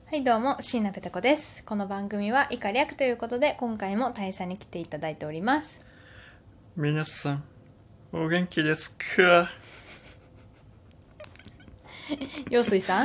はいどうも、椎名ペタ子です。この番組は以下略ということで、今回も大佐に来ていただいております。 皆さんお元気ですか？ 陽水さん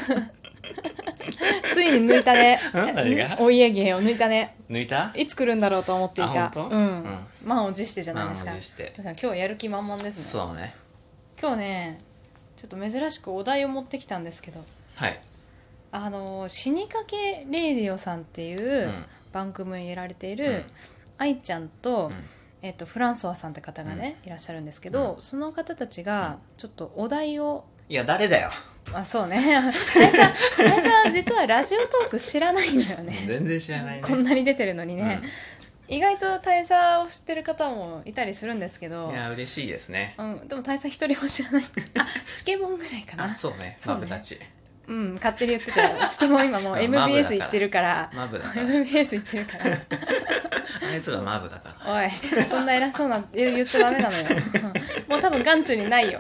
ついに抜いたね。 何がお家芸を抜いたね。 抜いた？ いつ来るんだろうと思っていた。 あ本当？ 満を持してじゃないですか。 満を持して確かに今日やる気満々ですね。 そうね。 今日ね、ちょっと珍しくお題を持ってきたんですけど、 はい。 死にかけレイディオさんっていう番組をやられている愛ちゃんと、フランソワさんって方がね、いらっしゃるんですけど、その方たちがちょっとお題を、 いや誰だよ。 そうね大佐は実はラジオトーク知らないのよね。 全然知らないね。 こんなに出てるのにね、意外と大佐を知ってる方もいたりするんですけど、 いや嬉しいですね。 でも大佐一人も知らないチケボンぐらいかな。 そうね。 そうねマブたち。 勝手に言ってた。チケボン今もう MBS 行ってるからマブだから MBS 行ってるからあいつらマブだから。 おい、そんな偉そうな言っちゃダメなのよもう多分眼中にないよ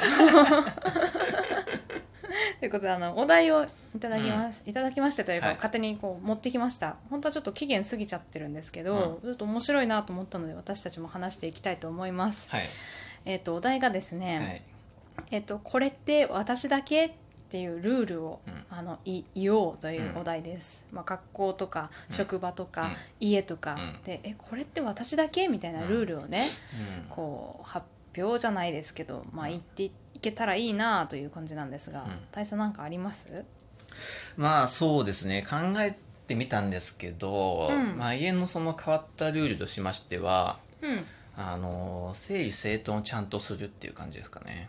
ということでお題をいただきましてというか、勝手にこう持ってきました。本当はちょっと期限過ぎちゃってるんですけど、ちょっと面白いなと思ったので私たちも話していきたいと思います。 はい。 お題がですね、これって私だけっていうルールを、言おうというお題です。学校とか職場とか、家とかで、これって私だけみたいなルールをね、こう発表じゃないですけど、言っていけたらいいなという感じなんですが、大佐なんかあります？ まあそうですね、考えてみたんですけど、家のその変わったルールとしましては、整理整頓をちゃんとするっていう感じですかね。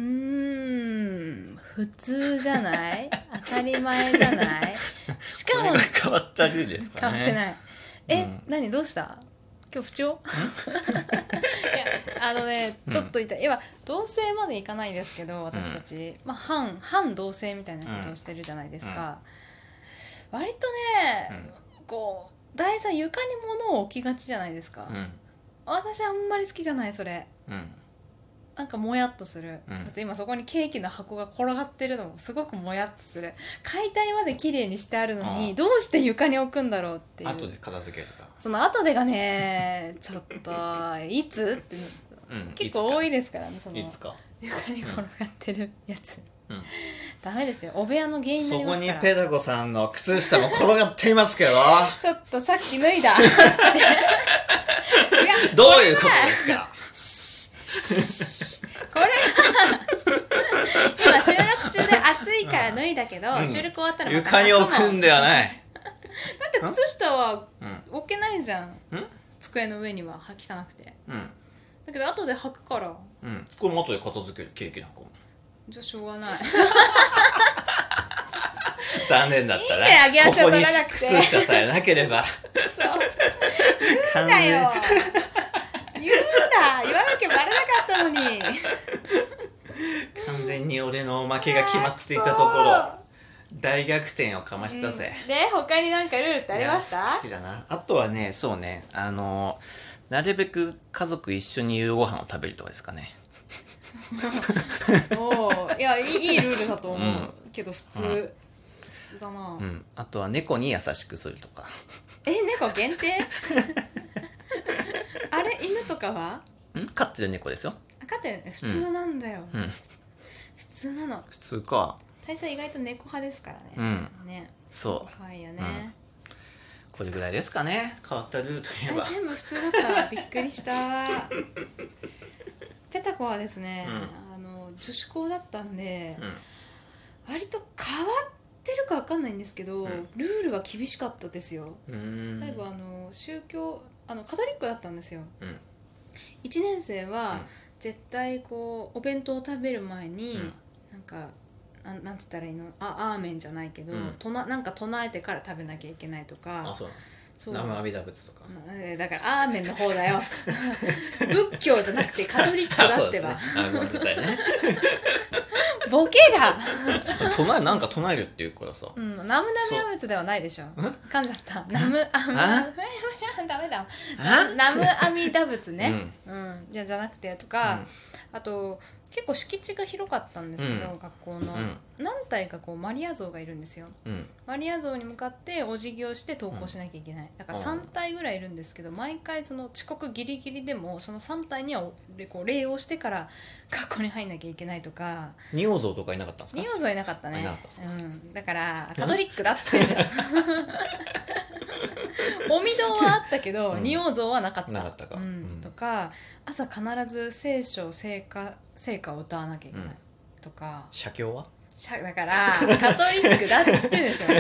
普通じゃない？当たり前じゃない？しかもこれが変わったルールですかね。 変わってない。何どうした？今日不調？いやちょっと痛い。今同棲までいかないですけど私たち、半同棲みたいなことをしてるじゃないですか。割とね、こう大体床に物を置きがちじゃないですか。私あんまり好きじゃないそれ。なんかもやっとする、だって今そこにケーキの箱が転がってるのもすごくもやっとする。解体まで綺麗にしてあるのにどうして床に置くんだろうっていう。 後で片付けるから。 その後でがねちょっといつって、結構多いですからね。そのいつか床に転がってるやつ、ダメですよ。お部屋の原因になりますから。 そこにペダコさんの靴下も転がっていますけどちょっとさっき脱いだどういうことですか？ これは今収録中で暑いから脱いだけど、収録終わったらまた床に置くんではない。 だって靴下は置けないじゃん、机の上には汚くて。だけど後で履くから、 これも後で片付ける。ケーキなんかもじゃあしょうがない残念だったな。 いいね、上げ足を取らなくて。 ここに靴下さえなければそう言うんだよ言わなきゃバレなかったのに完全に俺の負けが決まっていたところ大逆転をかましたぜ。 で他に何かルールってありました？ 好きだな。あとはね、そうね、なるべく家族一緒に夕ご飯を食べるとかですかね。 いや、いいルールだと思う、けど普通だな。 あとは猫に優しくするとか。 猫限定あれ犬とかは？ 飼ってる猫ですよ。 飼ってる。普通なんだよ、普通なの。 普通か。 大佐意外と猫派ですからね。ね、 そう可愛いよね、 これぐらいですかね、変わったルールといえば。 全部普通だったびっくりしたペタコはですね、女子校だったんで、割と変わってるか分かんないんですけど、ルールは厳しかったですよ。例えば宗教カトリックだったんですよ。1年生は絶対こうお弁当を食べる前に、なんかなんて言ったらいいの、アーメンじゃないけど、なんか唱えてから食べなきゃいけないとか。 そうなの。南無阿弥陀仏とか。 だからアーメンの方だよ仏教じゃなくてカトリックだってば。 ごめんなさいねボケがなんか唱えるっていうからさ。 ナムナミア仏ではないでしょ。噛んじゃった。ダメだ。ナムアミダ仏ね。じゃなくてとか、あと結構敷地が広かったんですけど、学校の、何体かこうマリア像がいるんですよ、マリア像に向かってお辞儀をして登校しなきゃいけない、だから3体ぐらいいるんですけど、毎回その遅刻ギリギリでもその3体にはこう礼をしてから学校に入んなきゃいけないとか。 仁王像とかいなかったんですか？ 仁王像いなかったね。 いなかったですか？ だからカトリックだっつってんじゃんお御堂はあったけど、仁王像はなかった。 なかったか。 とか、朝必ず聖書聖歌を歌わなきゃいけない、とか。 写経は？ だからカトリックだっつってんでしょ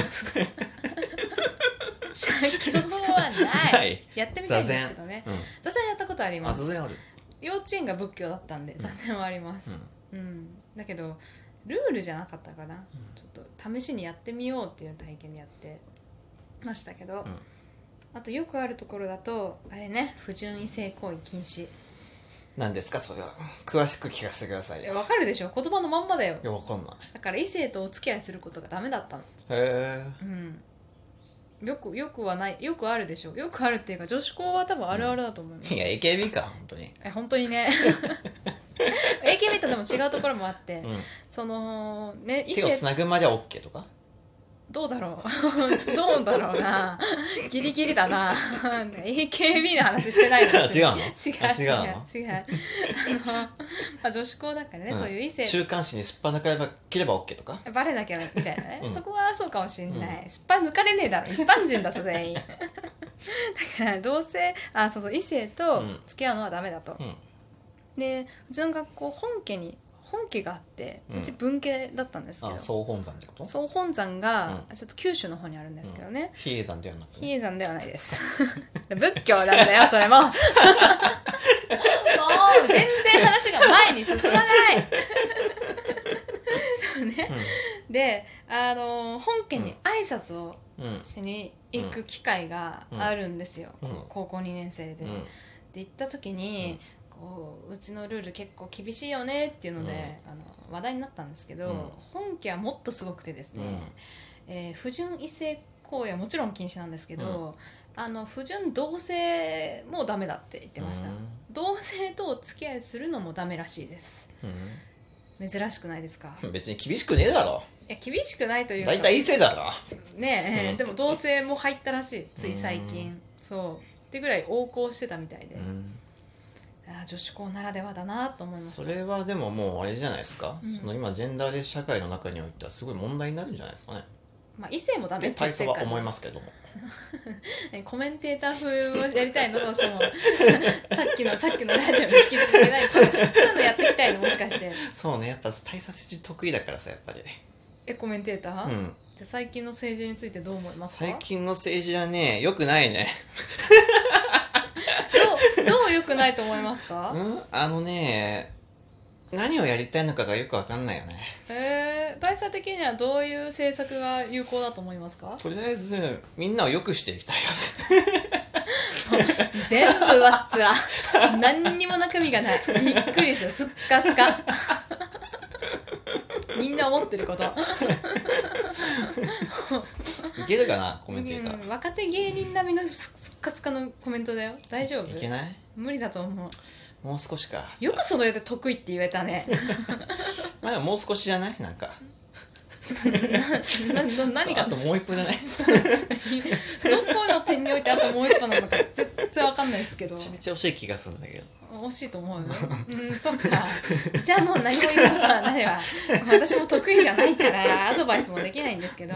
写経はない。やってみたいんですけどね。座禅やったことあります。 座禅ある？ 幼稚園が仏教だったんで座禅はあります、だけどルールじゃなかったかな、ちょっと試しにやってみようっていう体験でやってましたけど、あとよくあるところだとあれね、不純異性行為禁止。 何ですかそれは？詳しく聞かせてください。 わかるでしょ、言葉のまんまだよ。 いやわかんない。 だから異性とお付き合いすることがダメだったの。 へえ。よくはない、よくあるでしょ。よくあるっていうか女子校は多分あるあるだと思います、 いや AKB か本当に。 本当にねAKB とでも違うところもあって、そのね、異性手をつなぐまでは OK とか。 どうだろうどうだろうな、ギリギリだなAKB の話してないの違うの？ 違う女子校だからね、そういう異性週刊誌にすっぱ抜かれば OK とかバレなきゃみたいなね、そこはそうかもしれない、すっぱ抜かれねえだろ、一般人だぞ全員だから同性そう異性と付き合うのはダメだと、でうちの学校本家があって、うち文系だったんですけど、 総本山ってこと？総本山がちょっと九州の方にあるんですけどね、 比叡山ではなく、 比叡山ではないです仏教なんだよそれももう全然話が前に進まないね、で本家に挨拶をしに行く機会があるんですよ、高校2年生で、で行った時に、うちのルール結構厳しいよねっていうので、話題になったんですけど、本家はもっとすごくてですね、不純異性行為はもちろん禁止なんですけど、不純同性もダメだって言ってました、同性とお付き合いするのもダメらしいです、珍しくないですか？ 別に厳しくねえだろ。 いや厳しくないというか、 大体異性だろねでも同性も入ったらしい、つい最近、そうってぐらい横行してたみたいで、女子校ならではだなと思いました。 それはでももうあれじゃないですか、その今ジェンダーレス社会の中においてはすごい問題になるんじゃないですかね。 異性もダメって言ってるから、 大差は思いますけどもコメンテーター風をやりたいのどうしてもさっきのラジオに引き続けないそういうのやっていきたいのもしかして。 そうね、やっぱ大差政治得意だからさ、やっぱりコメンテーター、じゃあ最近の政治についてどう思いますか？ 最近の政治はね良くないねどう良くないと思いますか？ 何をやりたいのかがよく分かんないよね。 大差的にはどういう政策が有効だと思いますか？ とりあえずみんなを良くしていきたいよね全部わっつら何にも中身がない、びっくりする、すっかすかみんな思ってることいけるかなコメンテーター、 若手芸人並みのすっかすかのコメントだよ。大丈夫？ いけない？ 無理だと思う。 もう少しか。 よくそれで得意って言えたねまあでももう少しじゃない？なんか何があともう一歩じゃないどこの点においてあともう一歩なのか全然わかんないですけど、 めちゃめちゃ惜しい気がするんだけど。 惜しいと思うよそっかじゃあもう何も言うことはないわ私も得意じゃないからアドバイスもできないんですけど、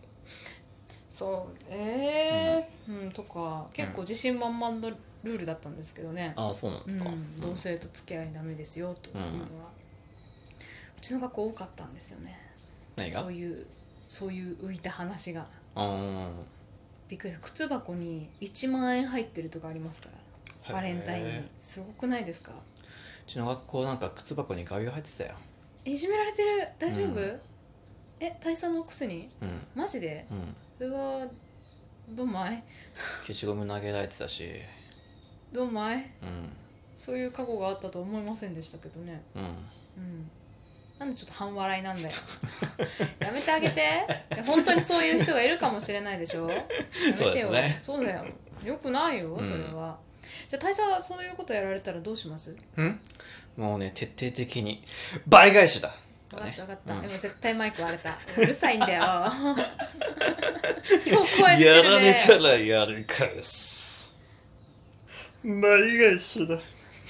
そうとか結構自信満々のルールだったんですけどね。 そうなんですか、 同性と付き合いダメですよというのは、うちの学校多かったんですよね。 何が？ そういう浮いた話が。びっくりした。靴箱に1万円入ってるとかありますから、バレンタインに。すごくないですか？ うちの学校なんか靴箱にガビが入ってたよ。 いじめられてる？大丈夫？大佐のくせに？マジで？それはどんまい？ 消しゴム投げられてたし。 どんまい？そういう過去があったとは思いませんでしたけどね。なんでちょっと半笑いなんだよやめてあげて。本当にそういう人がいるかもしれないでしょ。やめてよ。そうだよ、よくないよそれは。じゃあ大佐はそういうことやられたらどうします？ もうね徹底的に倍返しだ。 分かった分かった、今絶対マイク割れた。うるさいんだよ今日声出てるね。 やられたらやる返す。倍返しだ。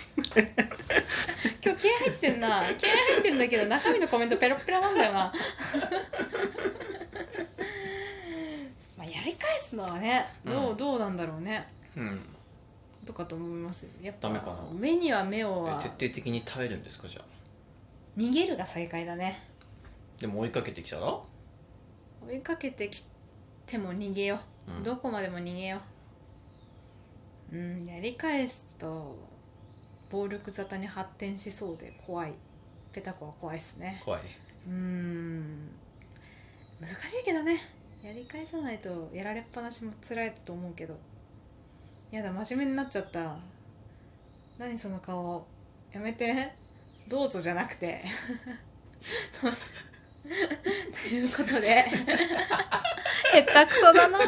今日気合入ってんな。気合入ってんだけど中身のコメントペロペロなんだよなまあやり返すのはね、どうなんだろうね。とかと思いますよ。やっぱダメかな。 目には目をは徹底的に耐えるんですかじゃあ。 逃げるが正解だね。 でも追いかけてきたら追いかけてきても逃げよう、どこまでも逃げよう。やり返すと暴力沙汰に発展しそうで怖い。ペタコは怖いっすね。 怖い。 難しいけどね。やり返さないとやられっぱなしも辛いと思うけど。やだ真面目になっちゃった。何その顔。やめて。どうぞじゃなくてということで下手くそだな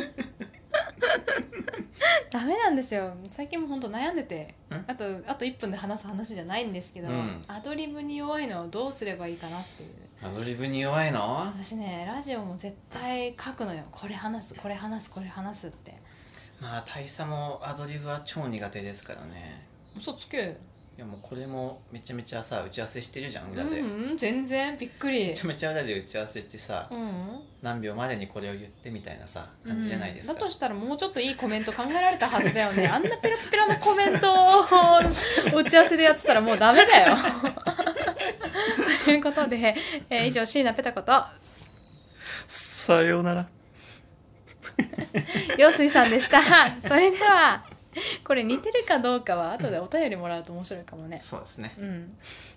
ダメなんですよ。最近も本当悩んでて、あと1分で話す話じゃないんですけど、アドリブに弱いのをどうすればいいかなっていう。 アドリブに弱いの？ 私ねラジオも絶対書くのよ。これ話すこれ話すこれ話すって。 まあ大佐もアドリブは超苦手ですからね。 嘘つけ。 いやもうこれもめちゃめちゃさ打ち合わせしてるじゃん裏で。 全然びっくり。 めちゃめちゃ裏で打ち合わせしてさ、何秒までにこれを言ってみたいなさ感じじゃないですか。 だとしたらもうちょっといいコメント考えられたはずだよね。あんなペラペラなコメントを打ち合わせでやってたらもうダメだよということで、以上椎名ペタことさようなら陽水さんでした。それではこれ似てるかどうかは後でお便りもらうと面白いかもね。 そうですね。